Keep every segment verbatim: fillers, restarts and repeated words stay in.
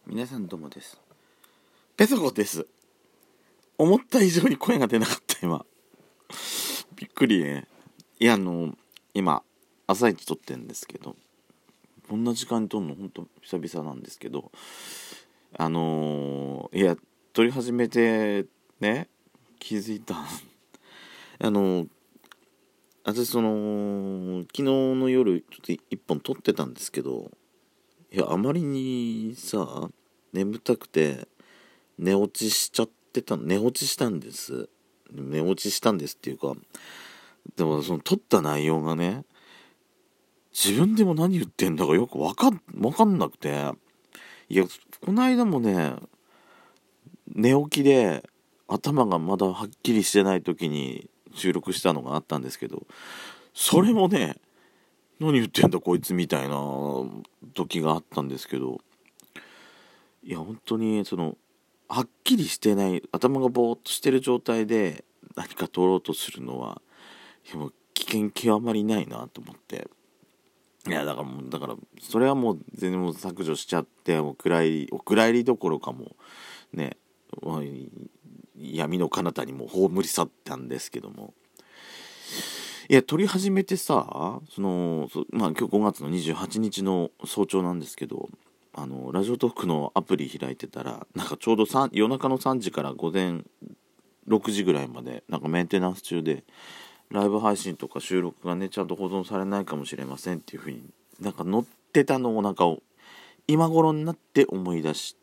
皆さんどうもです。ペソコです。思った以上に声が出なかった今。びっくりね。いやあの今朝一撮ってんですけど、こんな時間に撮るの本当久々なんですけど、あのー、いや撮り始めてね気づいたあのー、私その昨日の夜ちょっと一本撮ってたんですけど、いやあまりにさ眠たくて寝落ちしちゃってた寝落ちしたんです寝落ちしたんですっていうか、でもその撮った内容がね、自分でも何言ってんだかよくわかんわかんなくて、いやこの間もね寝起きで頭がまだはっきりしてない時に収録したのがあったんですけど、それもね何言ってんだこいつみたいな時があったんですけど、いや本当にそのはっきりしてない、頭がぼーっとしてる状態で何か撮ろうとするのは、いやもう危険極まりないなと思って、いやだからもうだからそれはもう全然もう削除しちゃって、お蔵入りお蔵入りどころかもね、闇の彼方にも葬り去ったんですけども、いや撮り始めてさ、そのそまあ今日ごがつのにじゅうはちにちの早朝なんですけど、あのラジオトークのアプリ開いてたら、なんかちょうど夜中のさんじから午前ろくじぐらいまでなんかメンテナンス中で、ライブ配信とか収録がねちゃんと保存されないかもしれませんっていう風になんか載ってたのをなんか今頃になって思い出した。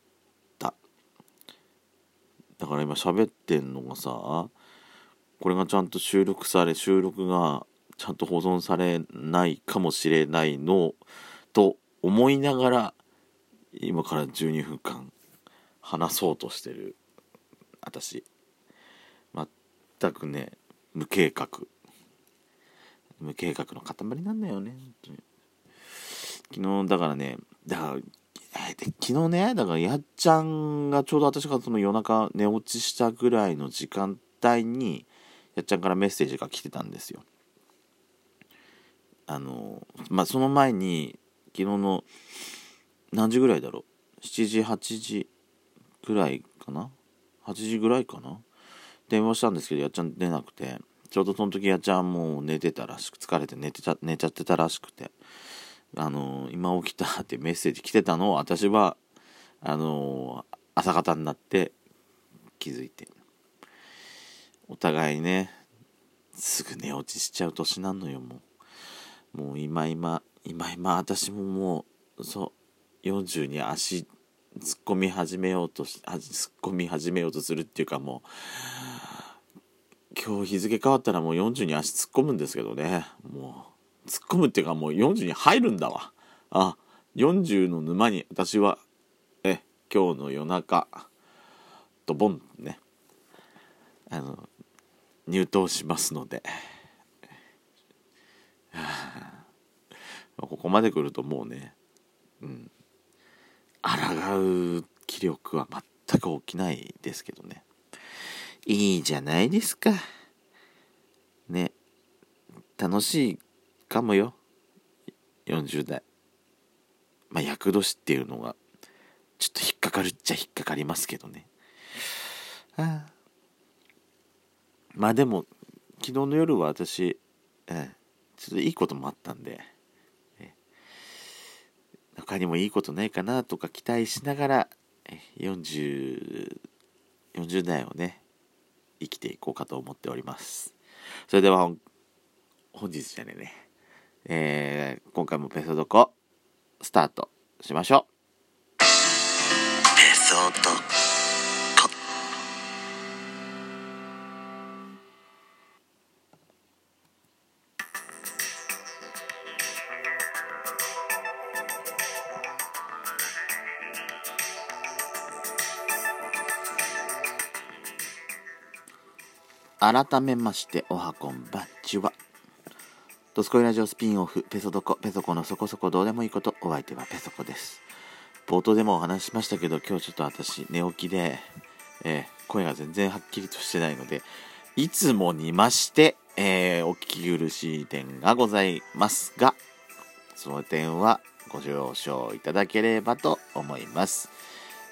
だから今喋ってんのがさ、これがちゃんと収録され収録がちゃんと保存されないかもしれないのと思いながら、今からじゅうにふんかん話そうとしてる私、全くね無計画無計画の塊なんだよね本当に。昨日だからねだからえー、で昨日ねだからやっちゃんがちょうど私がその夜中寝落ちしたぐらいの時間帯にやっちゃんからメッセージが来てたんですよ。あのまあその前に昨日の何時ぐらいだろう、しちじはちじぐらいかな、はちじぐらいかな、電話したんですけどやっちゃん出なくて、ちょうどその時やっちゃんもう寝てたらしく、疲れて寝てた寝ちゃってたらしくて、あのー、今起きたってメッセージ来てたのを私はあのー、朝方になって気づいて、お互いねすぐ寝落ちしちゃう年なのよ。もうもう今今今今私ももうそうよんじゅうに足突っ込み始めようとし突っ込み始めようとするっていうか、もう今日日付変わったらもうよんじゅうに足突っ込むんですけどね、もう突っ込むっていうかもうよんじゅうに入るんだわ。あ、よんじゅうの沼に私はえ今日の夜中ドボンねあの入湯しますので、ここまで来るともうね、うん抗う気力は全く起きないですけどね、いいじゃないですかね、楽しいかもよよんじゅう代。まあ厄年っていうのがちょっと引っかかるっちゃ引っかかりますけどね。ああ、まあでも昨日の夜は私、ええ、ちょっといいこともあったんで、ええ、他にもいいことないかなとか期待しながら、ええ、よんじゅう、よんじゅう代をね生きていこうかと思っております。それでは本日じゃねえね、えー、今回もペソドコスタートしましょう。ペソドコ。改めましておはこんばんちは。ドスコイラジオスピンオフペソドコ、ペソコのそこそこどうでもいいこと。お相手はペソコです。冒頭でもお話ししましたけど、今日ちょっと私寝起きで、えー、声が全然はっきりとしてないので、いつもに増して、えー、お聞き苦しい点がございますが、その点はご了承いただければと思います。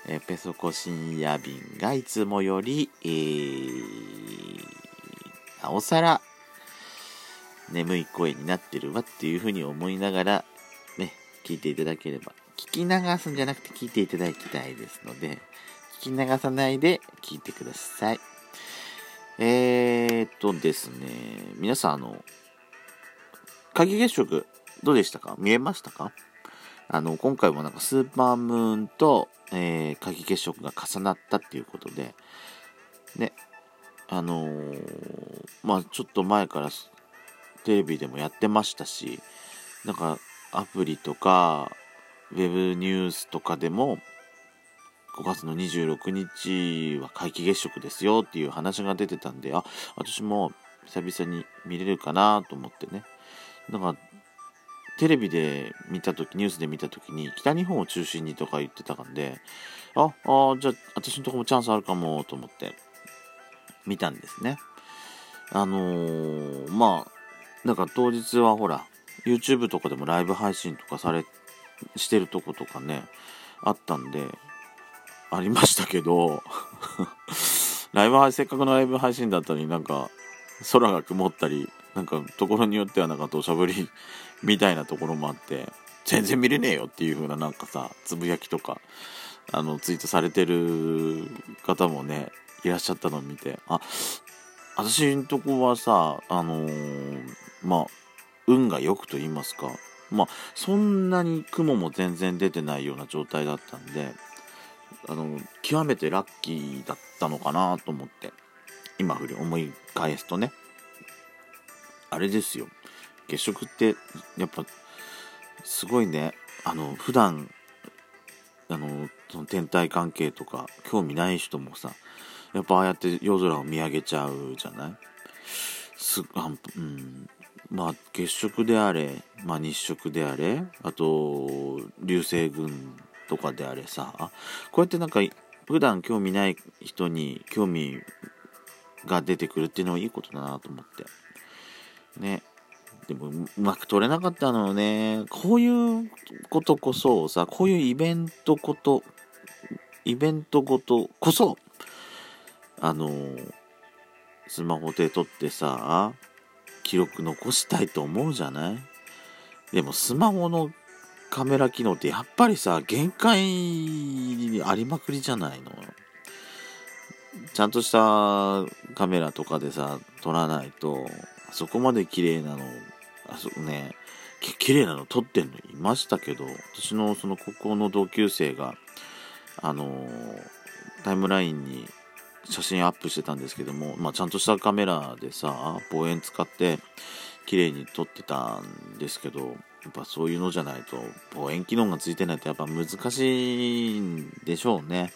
えー、ペソコ深夜便がいつもより、えー、なおさら眠い声になってるわっていうふうに思いながらね、聞いていただければ、聞き流すんじゃなくて聞いていただきたいですので、聞き流さないで聞いてください。えーっとですね、皆さんあの皆既月食どうでしたか？見えましたか？あの今回もなんかスーパームーンと、えー、皆既月食が重なったっていうことでね、あのー、まあちょっと前からテレビでもやってましたし、なんかアプリとかウェブニュースとかでもごがつのにじゅうろくにちは皆既月食ですよっていう話が出てたんで、あ、私も久々に見れるかなと思ってね。なんかテレビで見たとき、ニュースで見たときに北日本を中心にとか言ってたんで、ああじゃあ私のとこもチャンスあるかもと思って見たんですね。あのー、まあなんか当日はほら YouTube とかでもライブ配信とかされしてるとことかねあったんでありましたけどライブ配せっかくのライブ配信だったのになんか空が曇ったり、なんかところによってはなんか土砂降りみたいなところもあって全然見れねえよっていう風ななんかさつぶやきとかあのツイートされてる方もねいらっしゃったのを見て、あ、私んとこはさあのー、まあ運が良くと言いますか、まあそんなに雲も全然出てないような状態だったんで、あの極めてラッキーだったのかなと思って今振り思い返すとね、あれですよ、月食ってやっぱすごいね。あの普段あのその天体関係とか興味ない人もさ、やっぱああやって夜空を見上げちゃうじゃない。すあ、うん、まあ月食であれ、まあ、日食であれ、あと流星群とかであれさ、こうやってなんか普段興味ない人に興味が出てくるっていうのはいいことだなと思ってね。でもうまく撮れなかったのよね。こういうことこそさ、こういうイベントことイベントごとこそあのスマホで撮ってさ記録残したいと思うじゃない。でもスマホのカメラ機能ってやっぱりさ限界にありまくりじゃないの。ちゃんとしたカメラとかでさ撮らないとそこまで綺麗なの、あそね綺麗なの撮ってんのいましたけど、私のその高校の同級生があのー、タイムラインに写真アップしてたんですけども、まあ、ちゃんとしたカメラでさ望遠使って綺麗に撮ってたんですけど、やっぱそういうのじゃないと望遠機能がついてないとやっぱ難しいんでしょうね。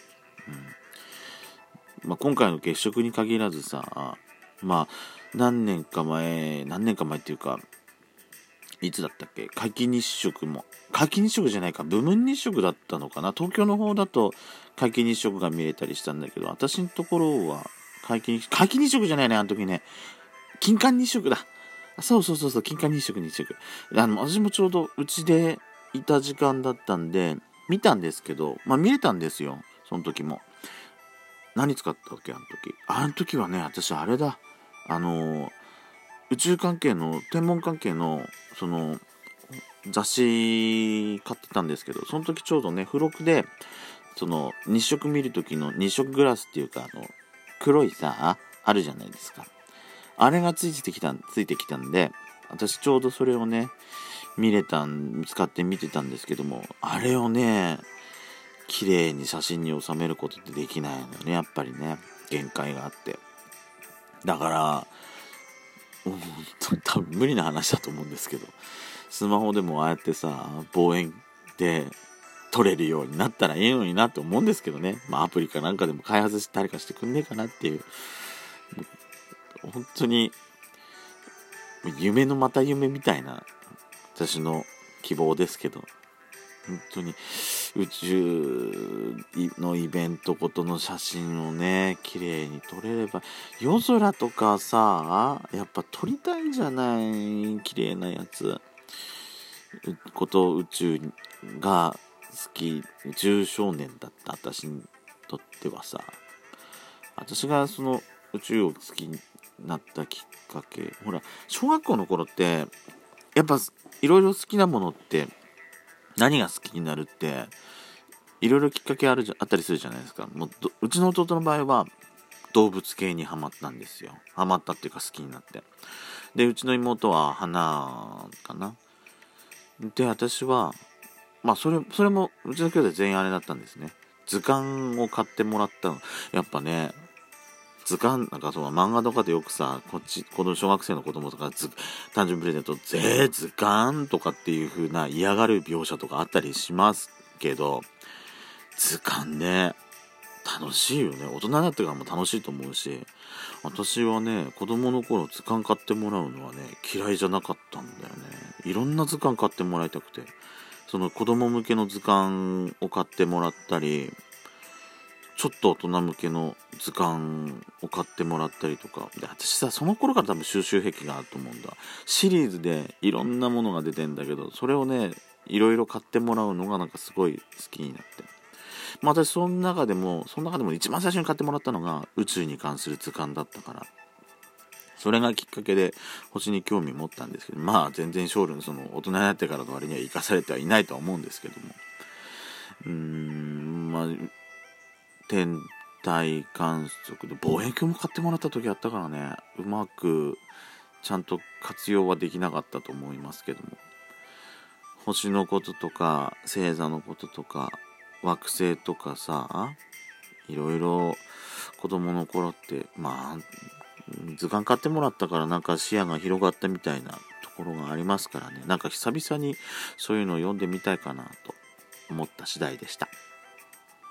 うん、まあ、今回の月食に限らずさ、まあ何年か前何年か前っていうかいつだったっけ、皆既日食も皆既日食じゃないか部分日食だったのかな。東京の方だと皆既日食が見れたりしたんだけど、私のところは皆既日皆既日食じゃないね、あの時ね金環日食だ。そうそうそうそう金環日食日食あの私もちょうどうちでいた時間だったんで見たんですけど、まあ見れたんですよ。その時も何使ったっけ、あの時あの時はね私あれだ、あのー宇宙関係の天文関係のその雑誌買ってたんですけど、その時ちょうどね付録でその日食見る時の日食グラスっていうかあの黒いさあるじゃないですか、あれがついてきたついてきたんで私ちょうどそれをね見れたん使って見てたんですけども、あれをね綺麗に写真に収めることってできないのよね、やっぱりね限界があって。だから本当に多分無理な話だと思うんですけど、スマホでもああやってさ望遠で撮れるようになったらいいのになと思うんですけどね。まあアプリかなんかでも開発して誰かしてくんねえかなっていう、本当に夢のまた夢みたいな私の希望ですけど、本当に宇宙のイベントごとの写真をね綺麗に撮れれば、夜空とかさやっぱ撮りたいじゃない、綺麗なやつこと宇宙がき宇宙少年だった私にとってはさ、私がその宇宙を好きになったきっかけ、ほら小学校の頃ってやっぱいろいろ好きなものって何が好きになるっていろいろきっかけあるじゃあったりするじゃないですか。もううちの弟の場合は動物系にハマったんですよ。ハマったっていうか好きになって、でうちの妹は花かな。で私はまあそれそれもうちの兄弟全員あれだったんですね。図鑑を買ってもらったの。やっぱね、図鑑なんかそう漫画とかでよくさ、こっちこの小学生の子供とか図誕生日プレゼントぜ図鑑とかっていう風な嫌がる描写とかあったりしますけど、図鑑ね楽しいよね。大人になってからも楽しいと思うし、私はね子供の頃図鑑買ってもらうのはね嫌いじゃなかったんだよね。いろんな図鑑買ってもらいたくて、その子供向けの図鑑を買ってもらったり、ちょっと大人向けの図鑑を買ってもらったりとかで、私さその頃から多分収集癖があると思うんだ。シリーズでいろんなものが出てんだけど、それをねいろいろ買ってもらうのがなんかすごい好きになって、まあ私その中でもその中でも一番最初に買ってもらったのが宇宙に関する図鑑だったから、それがきっかけで星に興味持ったんですけど、まあ全然将来のその大人になってからの割には生かされてはいないとは思うんですけども、うーんまあ天体観測で望遠鏡も買ってもらった時あったからね、うまくちゃんと活用はできなかったと思いますけども、星のこととか星座のこととか惑星とかさ、いろいろ子供の頃ってまあ図鑑買ってもらったからなんか視野が広がったみたいなところがありますからね、なんか久々にそういうのを読んでみたいかなと思った次第でした。